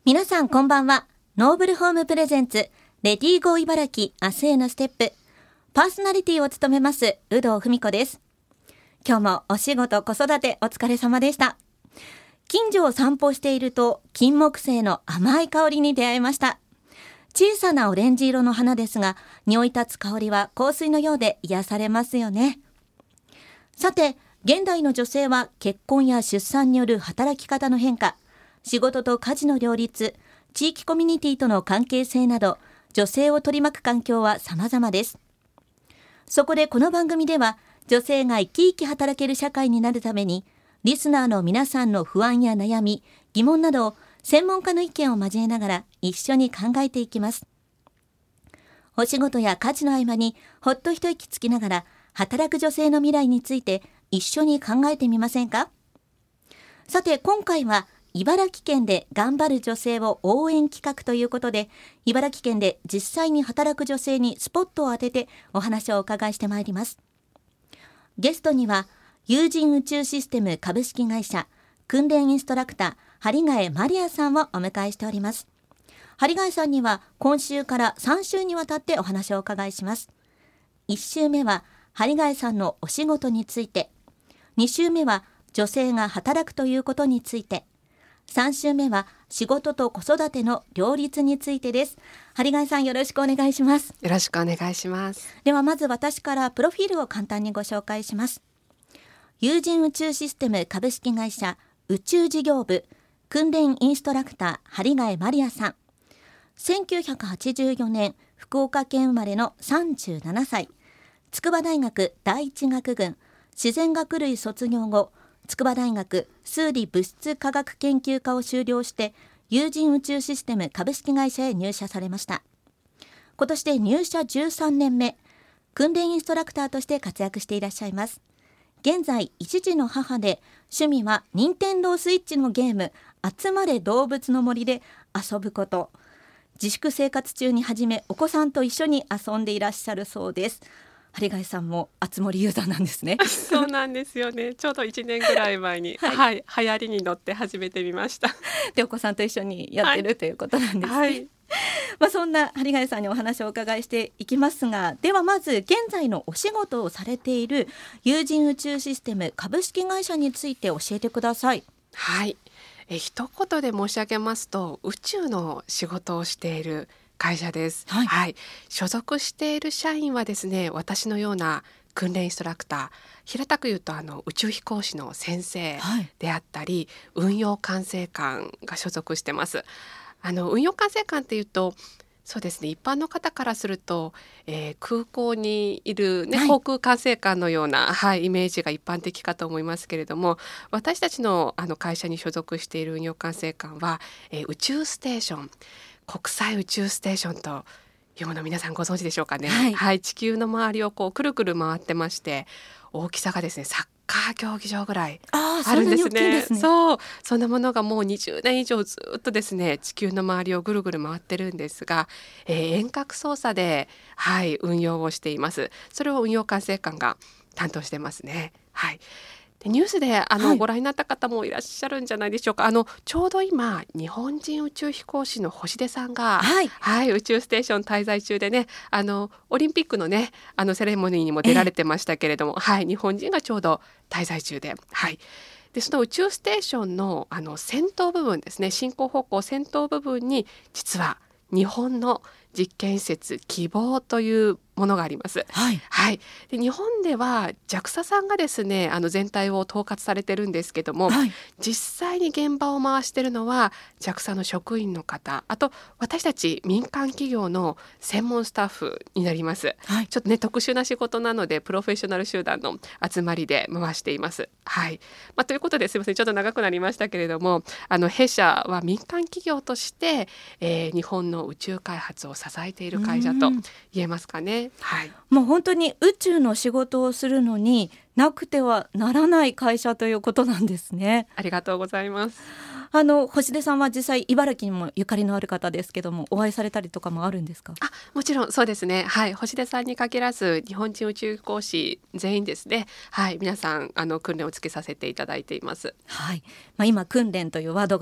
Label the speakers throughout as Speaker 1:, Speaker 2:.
Speaker 1: 皆さんこんばんは。ノーブルホームプレゼンツレディーゴー茨城明日へのステップ、パーソナリティを務めます有働文子です。今日もお仕事子育てお疲れ様でした。近所を散歩していると金木犀の甘い香りに出会いました。小さなオレンジ色の花ですが、匂い立つ香りは香水のようで癒されますよね。さて、現代の女性は結婚や出産による働き方の変化、仕事と家事の両立、地域コミュニティとの関係性など、女性を取り巻く環境は様々です。そこでこの番組では、女性が生き生き働ける社会になるために、リスナーの皆さんの不安や悩み、疑問などを専門家の意見を交えながら一緒に考えていきます。お仕事や家事の合間にほっと一息つきながら、働く女性の未来について一緒に考えてみませんか？さて、今回は茨城県で頑張る女性を応援企画ということで、茨城県で実際に働く女性にスポットを当ててお話をお伺いしてまいります。ゲストには有人宇宙システム株式会社訓練インストラクター針ヶ江マリアさんをお迎えしております。針ヶ江さんには今週から3週にわたってお話をお伺いします。1週目は針ヶ江さんのお仕事について、2週目は女性が働くということについて、3週目は仕事と子育ての両立についてです。針ヶ江さん、よろしくお願いします。
Speaker 2: よろしくお願いします。
Speaker 1: ではまず私からプロフィールを簡単にご紹介します。有人宇宙システム株式会社宇宙事業部訓練インストラクター針ヶ江マリアさん、1984年福岡県生まれの37歳、筑波大学第一学群自然学類卒業後、筑波大学数理物質科学研究科を修了して有人宇宙システム株式会社へ入社されました。今年で入社13年目、訓練インストラクターとして活躍していらっしゃいます。現在一児の母で、趣味は任天堂スイッチのゲーム集まれ動物の森で遊ぶこと、自粛生活中に始めお子さんと一緒に遊んでいらっしゃるそうです。針ヶ江さんもあつ森ユーザーなんですね。
Speaker 2: そうなんですよね。ちょうど1年ぐらい前に、はい、流行りに乗って始めてみました。
Speaker 1: でお子さんと一緒にやってる、ということなんですね。
Speaker 2: はい
Speaker 1: そんな針ヶ江さんにお話をお伺いしていきますが、ではまず現在のお仕事をされている有人宇宙システム株式会社について教えてください。
Speaker 2: はい、一言で申し上げますと、宇宙の仕事をしている会社です。はい、所属している社員はですね、私のような訓練インストラクター、平たく言うと宇宙飛行士の先生であったり、運用管制官が所属してます。運用管制官っていうと、そうですね、一般の方からすると、空港にいる、航空管制官のような、イメージが一般的かと思いますけれども、私たちの、会社に所属している運用管制官は、宇宙ステーション、国際宇宙ステーションというものを皆さんご存知でしょうかね。地球の周りをくるくる回ってまして、大きさがですね、サッカー競技場ぐらいあるんですね。そんなものがもう20年以上ずっとですね、地球の周りをぐるぐる回ってるんですが、遠隔操作で、運用をしています。それを運用管制官が担当してますね。でニュースでご覧になった方もいらっしゃるんじゃないでしょうか。ちょうど今日本人宇宙飛行士の星出さんが、宇宙ステーション滞在中でね、オリンピックのねセレモニーにも出られてましたけれども、日本人がちょうど滞在中で、でその宇宙ステーションの先頭部分ですね、進行方向先頭部分に実は日本の実験施設希望というものがあります。で日本では JAXA さんがですね全体を統括されてるんですけども、実際に現場を回しているのは JAXA の職員の方、あと私たち民間企業の専門スタッフになります。ちょっとね特殊な仕事なのでプロフェッショナル集団の集まりで回しています。ということですいません、ちょっと長くなりましたけれども、弊社は民間企業として、日本の宇宙開発を支えている会社と言えますかね。
Speaker 1: もう本当に宇宙の仕事をするのになくてはならない会社ということなんですね。
Speaker 2: ありがとうございます。
Speaker 1: 星出さんは実際茨城にもゆかりのある方ですけども、お会いされたりとかもあるんですか？
Speaker 2: もちろんそうですね。星出さんに限らず日本人宇宙飛行士全員ですね。皆さん訓練をつけさせていただいています。
Speaker 1: 今訓練というワードが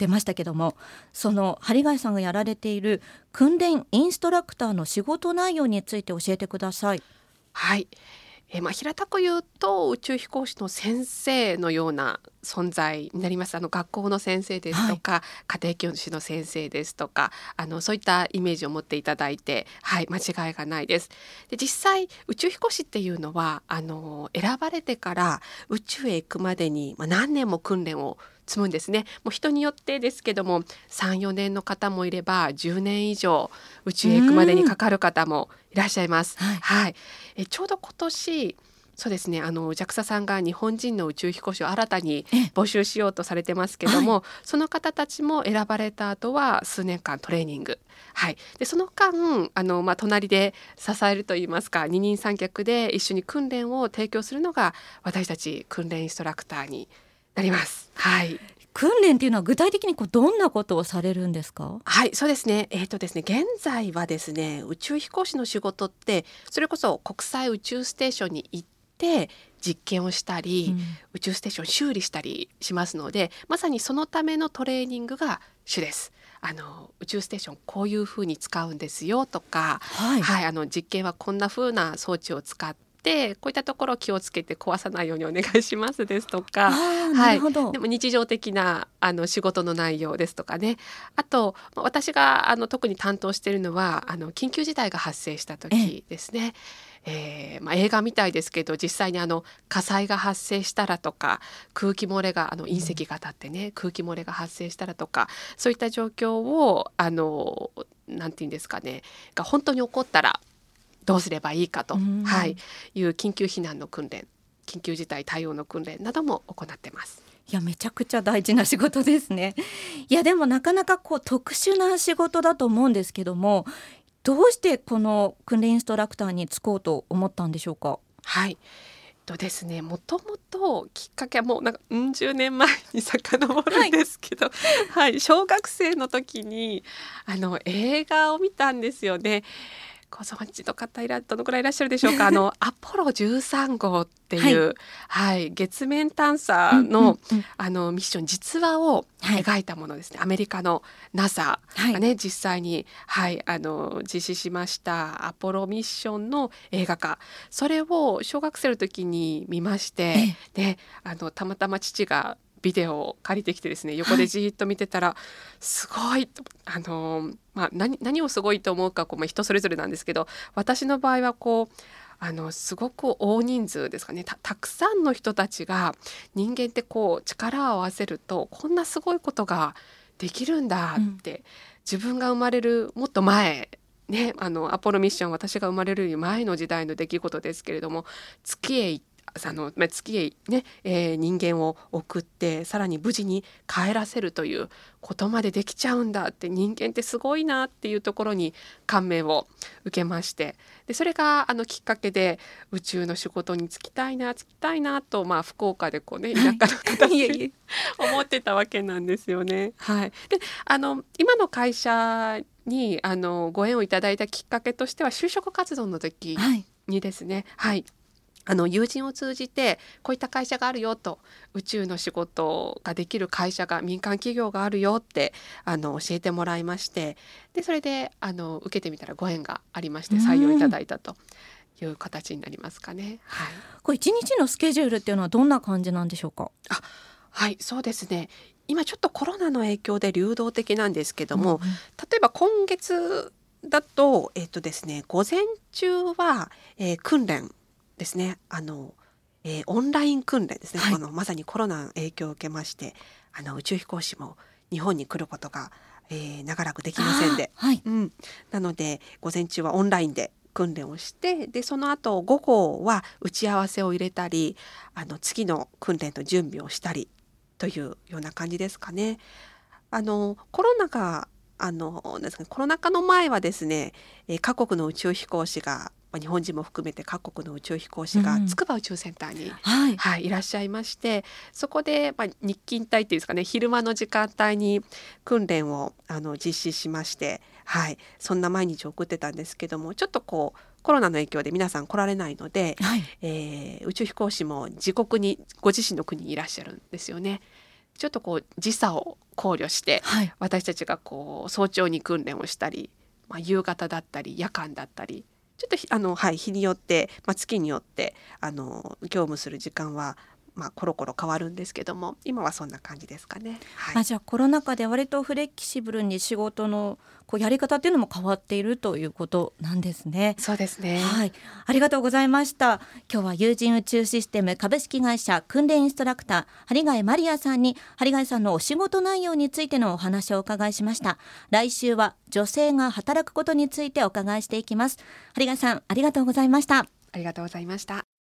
Speaker 1: 出ましたけども、その針貝さんがやられている訓練インストラクターの仕事内容について教えてください。
Speaker 2: はい、平たく言うと宇宙飛行士の先生のような存在になります。学校の先生ですとか、家庭教師の先生ですとか、そういったイメージを持っていただいて、間違いがないです。で、実際宇宙飛行士っていうのは選ばれてから宇宙へ行くまでに、何年も訓練を積むんですね。もう人によってですけども、3、4年の方もいれば10年以上宇宙へ行くまでにかかる方もいらっしゃいます。ちょうど今年そうですね、JAXA さんが日本人の宇宙飛行士を新たに募集しようとされてますけども、その方たちも選ばれた後は数年間トレーニング、でその間隣で支えるといいますか、二人三脚で一緒に訓練を提供するのが私たち訓練インストラクターになります。
Speaker 1: 訓練っていうのは具体的にどんなことをされるんですか？
Speaker 2: そうですね。現在はですね、宇宙飛行士の仕事ってそれこそ国際宇宙ステーションに行って実験をしたり、宇宙ステーション修理したりしますので、まさにそのためのトレーニングが主です。宇宙ステーションこういうふうに使うんですよとか、実験はこんなふうな装置を使ってこういったところを気をつけて壊さないようにお願いしますですとか、でも日常的な仕事の内容ですとかね。あと私が特に担当しているのは緊急事態が発生した時ですね。映画みたいですけど、実際に火災が発生したらとか、空気漏れが隕石が当たってね、空気漏れが発生したらとか、そういった状況をなんていうんですかね、が本当に起こったらどうすればいいかと、いう緊急避難の訓練、緊急事態対応の訓練なども行っています。
Speaker 1: いや、めちゃくちゃ大事な仕事ですね。いや、でもなかなか特殊な仕事だと思うんですけども、どうしてこの訓練インストラクターに就こうと思ったんでしょうか？
Speaker 2: ですね、もともときっかけはもううん十年前に遡るんですけど、小学生の時に映画を見たんですよね。ご存知の方どのくらいいらっしゃるでしょうか。アポロ13号っていう、月面探査の、ミッション実話を描いたものですね。アメリカの NASA がね、実際に、実施しましたアポロミッションの映画化、それを小学生の時に見まして、でたまたま父がビデオを借りてきてですね、横でじーっと見てたら、すごいと何をすごいと思うか人それぞれなんですけど、私の場合はすごく大人数ですかね、たくさんの人たちが、人間って力を合わせるとこんなすごいことができるんだって、自分が生まれるもっと前ね、アポロミッション、私が生まれるより前の時代の出来事ですけれども、月へ行って月へね、人間を送ってさらに無事に帰らせるということまでできちゃうんだって、人間ってすごいなっていうところに感銘を受けまして、でそれがきっかけで宇宙の仕事に就きたいなと、福岡で田舎の方に思ってたわけなんですよね。で今の会社にご縁をいただいたきっかけとしては、就職活動の時にですね、友人を通じてこういった会社があるよと、宇宙の仕事ができる会社が、民間企業があるよって教えてもらいまして、でそれで受けてみたらご縁がありまして採用いただいたという形になりますかね。
Speaker 1: これ1日のスケジュールっていうのはどんな感じなんでしょうか？
Speaker 2: そうですね、今ちょっとコロナの影響で流動的なんですけども、例えば今月だとですね、午前中は、訓練ですね、オンライン訓練ですね、まさにコロナの影響を受けまして、宇宙飛行士も日本に来ることが、長らくできませんで、なので午前中はオンラインで訓練をして、でその後午後は打ち合わせを入れたり、次の訓練の準備をしたりというような感じですかね。コロナがコロナ禍の前はですね、各国の宇宙飛行士が、日本人も含めて各国の宇宙飛行士が筑波宇宙センターに、いらっしゃいまして、そこで、日勤帯っていうんですかね、昼間の時間帯に訓練を実施しまして、そんな毎日を送ってたんですけども、ちょっとコロナの影響で皆さん来られないので、宇宙飛行士も自国に、ご自身の国にいらっしゃるんですよね。 ちょっと時差を考慮して、
Speaker 1: はい、
Speaker 2: 私たちが早朝に訓練をしたり、夕方だったり夜間だったり、ちょっと日によって、月によって業務する時間はコロコロ変わるんですけども、今はそんな感じですかね。はい、
Speaker 1: じゃあコロナ禍で割とフレキシブルに仕事のやり方っていうのも変わっているということなんですね。
Speaker 2: そうですね。
Speaker 1: はい、ありがとうございました。今日は有人宇宙システム株式会社訓練インストラクター針貝マリアさんに、針貝さんのお仕事内容についてのお話をお伺いしました。来週は女性が働くことについてお伺いしていきます。針貝さん、ありがとうございました。
Speaker 2: ありがとうございました。